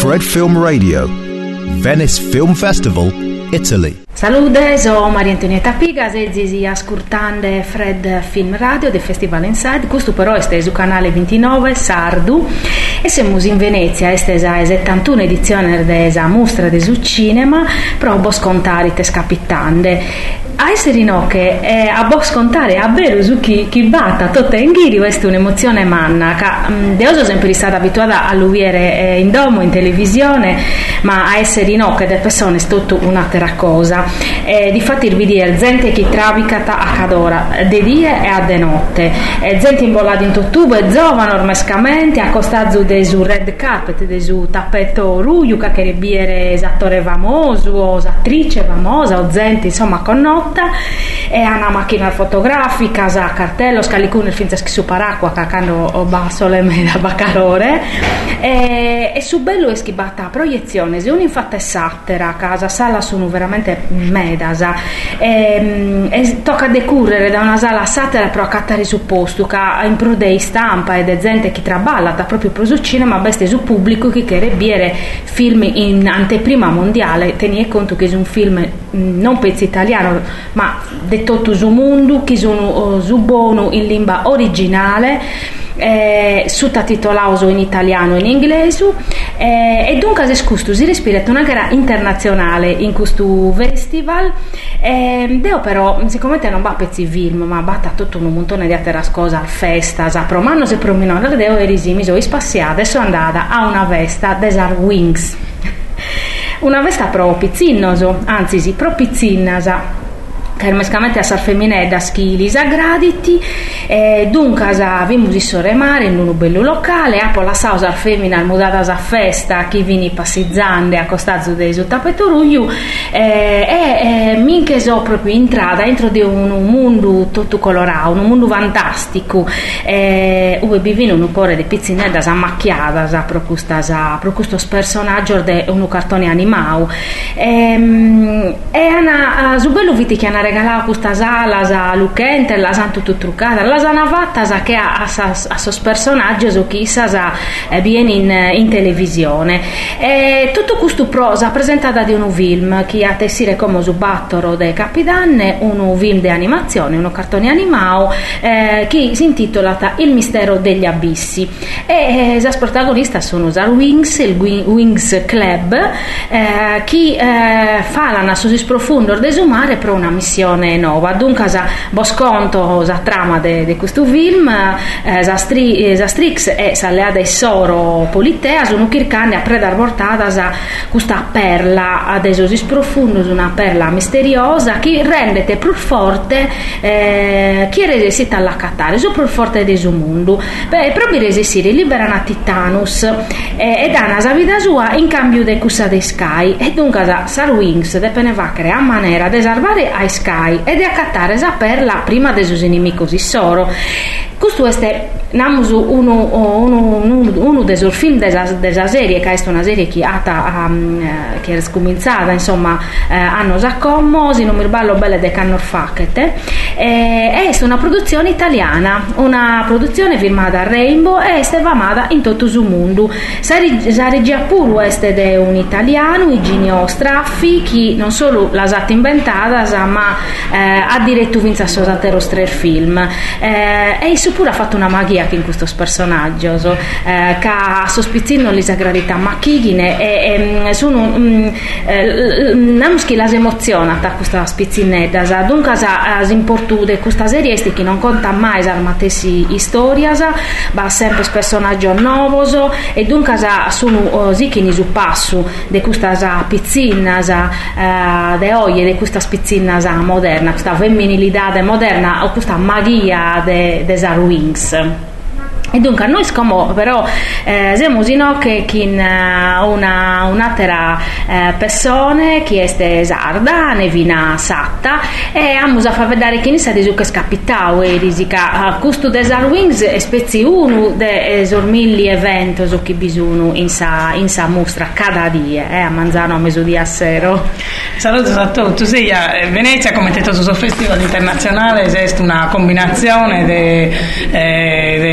Fred Film Radio, Venice Film Festival, Italy. Salute, sono Maria Antonietta Pigas e si ascoltando Fred Film Radio del Festival Inside. Questo però è su canale 29 Sardu e siamo in Venezia. Questa è la 71 edizione della mostra del cinema, però a scontare te scappitande. A essere no che a scontare a vero su chi batta tutto in giri, questa è un'emozione manna che io sono sempre stata abituata a vedere in domo, in televisione, ma a essere no che le persone è tutto un'altra cosa. Difatti il video gente che trabicata a cadora de die e a de notte, gente imbollata in tutto e giovane ormescamente accostato su red carpet, su tappeto ruiuca che ribiere attore famoso o attrice famosa o gente insomma con notte e a una macchina fotografica sa cartello scalicune finza su paracqua che hanno basso le meda bacalore e su bello è schibata proiezione se uno infatti è satira a casa sala sono veramente medasa e tocca decorrere da una sala satira però a cattare su posto che in pro dei stampa ed è gente che traballa da proprio pro su cinema beste su pubblico che biere film in anteprima mondiale. Tenete conto che è un film non pezzo italiano ma detto su mondo che sono su buono in lingua originale sottotitolato in italiano e in inglese e dunque si respira una gara internazionale in questo festival deo però siccome non va a pezzi film ma batta tutto un montone di altre cose al festa sa promanno se prominò deo e risimi sono spaziata e sono andata a una festa della Wings una festa proprio pizzinnoso anzi sì proprio pizzinnasa che mescamente a sar femminile da schili sagraditi dunque vimmo di sorremare in un bello locale a poi la sausa femmina mudata a festa chi vini passizzande a costazo dei sul tappeto ruglio minche so proprio entrata dentro di un mondo tutto colorato un mondo fantastico dove vivino un po' di pizzinelle ammacchiate per questo personaggio di un cartone animato e una su bello viti che hanno regalato questa sala a Lucente la sanno tutto truccata la sana fatta che a sos personaggi o chissà viene in televisione e tutto questo prosa presentata di un film che a tessire come su battoro dei capitanne un film di animazione uno cartone animato che si intitola Il mistero degli abissi e i protagonisti sono il Wings, il Wings Club che falano su profondo desumare per una missione nuova dunque bosconto la trama di questo film Strix e Salea dei Soro Politea sono circande a predar portata questa perla adesso si sprofondo una perla misteriosa che rendete più forte chi resiste alla cattare su più forte del suo mondo proprio resistere liberano a Titanus e danno la vita sua in cambio di questa dei Sky e dunque Sar Wings deve va a creare maniera di salvare ai Sky ed è accattare sa perla prima dei suoi nemici di Soro. Questo è uno dei film della serie che è una serie che è scominciata insomma hanno saccomosi non mi ballo belle de Cannor Facchete è una produzione italiana una produzione firmata a Rainbow e è amata in tutto il mondo la regia pure è un italiano Iginio Straffi che non solo l'ha stata inventata ma ha diretto vinto a Sosatero Strer film e su pure ha fatto una magia che in questo personaggio che ha sospizzino l'esagralità macchighine e sono che la emoziona da questa spizzinetta dunque si importude questa serie che non conta mai la matessi storia va sempre personaggio nuovo e dunque sono zichini su passo di questa pizzina de oggi di questa spizzina moderna questa femminilità moderna o questa magia de Sar Wings e dunque noi siamo però siamo che un'altra persona che è sarda nevina satta e abbiamo a far vedere che inizia di che scappitao e risica questo de Sar Wings è spezzi uno de sormilli eventi che bisogno in sa mostra cada dia a Manzano a mezzodì a sera. Saludos a tutti. Sì, Venezia come detto sul festival internazionale è una combinazione di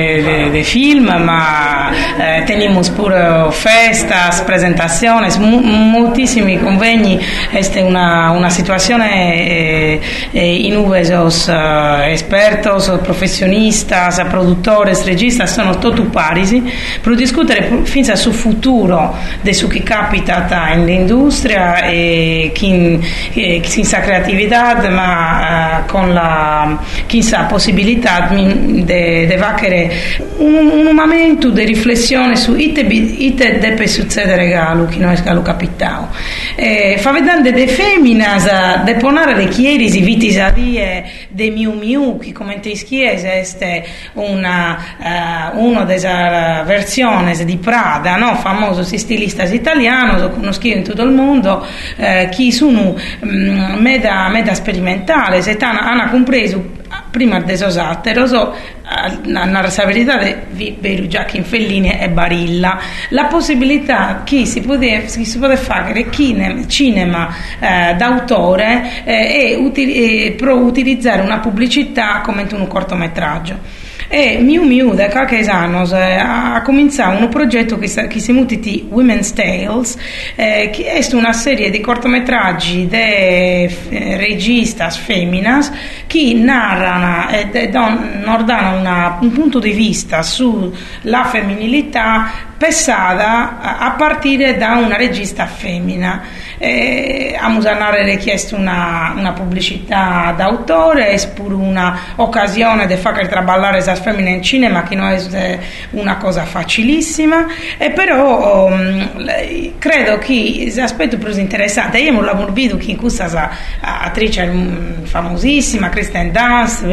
de film, ma tenemos pure festas, presentaciones, moltissimi convegni. È una situazione in cui los expertos, professionistas, produttores, registas sono tutti parisi per discutere fino sul futuro di su che capita in l'industria e sin sa creatividad, ma con la sa possibilità de vacere un momento di riflessione su ite deve succedere galu che noi galu capitao. Fa vedere de feminas de ponare le chieris vitis a die de Miu Miu, che come te schiese este una delle versioni di Prada, no? Famosos stilistas italianos conosciuti in tutto il mondo, che sono meda sperimentali, se hanno compreso prima de esos atteros una verità di già che in Fellini e Barilla la possibilità che si può fare cinema d'autore e pro utilizzare una pubblicità come un cortometraggio. E Miu Miu da qualche anno ha cominciato un progetto che si chiama Women's Tales, che è una serie di cortometraggi di registas feminas che narrano e danno un punto di vista sulla femminilità pensata a partire da una regista femmina. A Musanare richiesto una pubblicità d'autore, è pure una occasione di far traballare le femmine in cinema, che non è una cosa facilissima, e però credo che l'aspetto più interessante, io ho lavorato che in questa attrice famosissima Kristen Dunst,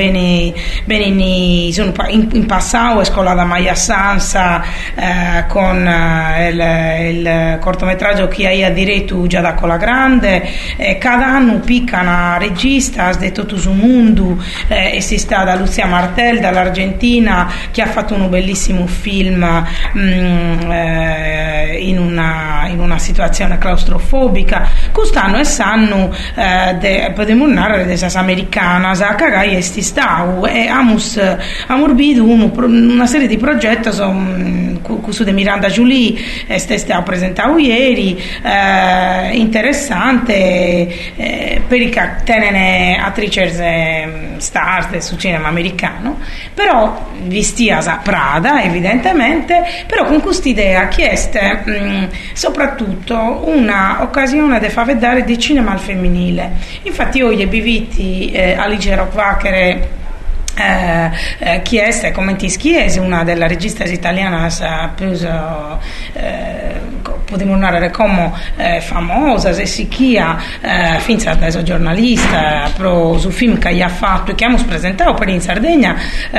in passato è scolata Maya Sansa con il cortometraggio che ha diretto già da Cola Grande. Cada anno piccano regista di tutto il mondo, e si sta da Lucia Martel dall'Argentina, che ha fatto un bellissimo film in una situazione claustrofobica. Quest'anno e sanno potremmo narrare di esas americanas a cagai e sti stau, e amus amorbido una serie di progetti su de Miranda Julie stiamo presentando ieri, interessante, perché tenene attrici stars del cinema americano, però vestia a Prada evidentemente, però con quest'idea che è soprattutto una occasione di far vedere di cinema al femminile. Infatti io gli biviti Alice Rockwacker, che è come ti schiesi una delle registe italiane più potremmo narrare come famosa, se si chia fin adesso giornalista su film che ha fatto e che abbiamo presentato per in Sardegna,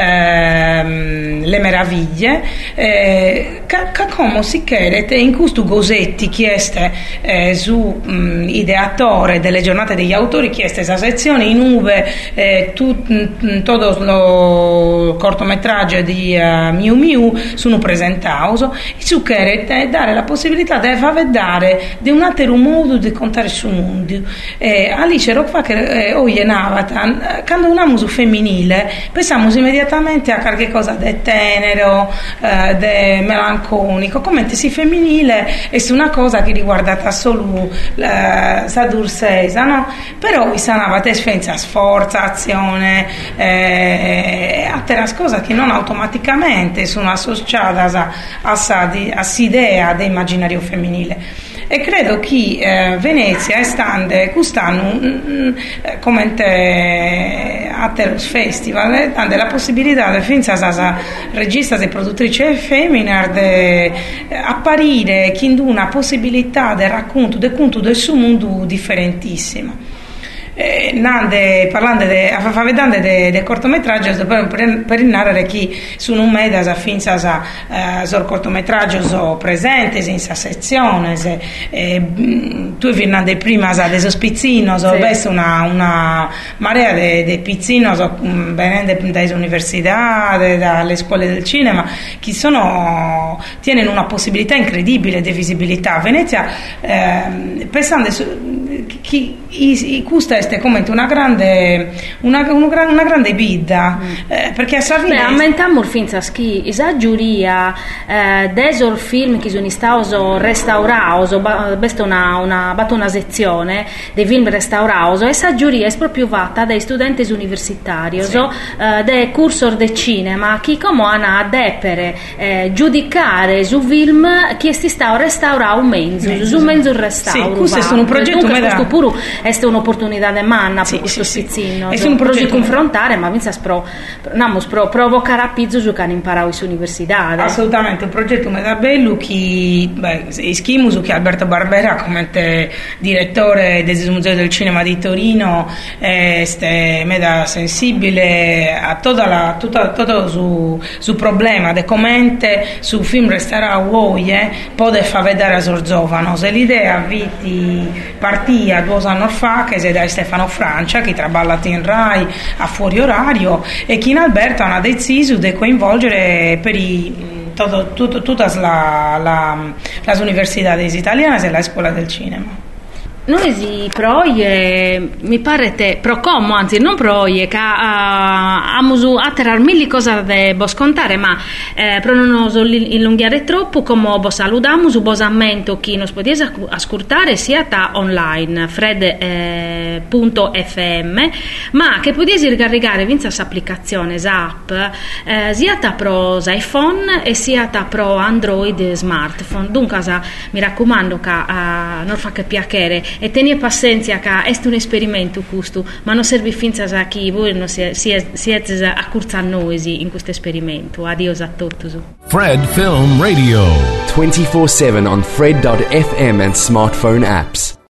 Le Meraviglie, come si chiede in questo Gosetti che è su ideatore delle giornate degli autori, che è questa sezione in cui todos lo cortometraggio di Miu Miu sono presentati, e su che dare la possibilità di far vedere di un altro modo di contare su mondo. Alice Rockwacker oggi Navatan, quando uniamo su femminile pensiamo immediatamente a qualche cosa di tenero, di melanconico, come se femminile è una cosa che riguardata solo sa dursesa, no? Però si Navata senza sforza, azione, altre cose che non automaticamente sono associate a idea di immaginario femminile. E credo che Venezia e stande quest'anno come a Teros Festival dando la possibilità di finza regista e produttrice femmina di apparire in una possibilità di racconto del suo mondo differentissima. Parlando del cortometraggio per narrare che sono un medas finza sul cortometraggio presente in sa sezione, tu virnande prima de spizzinos, sì. Una marea de pizzinos venendo dalle università, dalle scuole del cinema, che tienen una possibilità incredibile di visibilità. Venezia, pensando questa è come una grande bidda, perché a Sarri aumentammo finza schi isa giuria desol film che sono stati restaurati, questa una sezione dei film restaurati, e sa giuria è proprio fatta dai studenti universitari, dei cursor de cinema che come hanno a depere giudicare su film che è stato restaurato un mezzo restauro. Questo è un progetto questo pure è un'opportunità di manna per questo spizzino. È un progetto confrontare, ma pensa provocare a pizzo su che hanno imparato in università. Assolutamente, un progetto molto bello che ischimus che Alberto Barbera come direttore del Museo del Cinema di Torino è meda sensibile a tutto su problema de commente su film restare può far vedere a Zorzovano se l'idea viti partia 2 anni fa che è da Stefano Francia che trabalha in Rai a fuori orario e che in Alberto hanno deciso di coinvolgere per tutte le università italiane e la scuola del cinema. Noi si mi pare te procomo, anzi non proie che amo atterar mille cose da bo scontare, ma per non illunghiare troppo, come bo salutiamo su bosamento chi nos potete ascoltare sia da online fred.fm, ma che potete ricaricare vinza applicazione app sia da pro iPhone e sia da pro Android smartphone. Dunque mi raccomando che non fa che piacere e tenere pazienza che è un esperimento questo, ma non serve finza a chi voi non siete a curza noi in questo esperimento. Adios a tutti. Fred Film Radio 24/7 on Fred.fm and smartphone apps.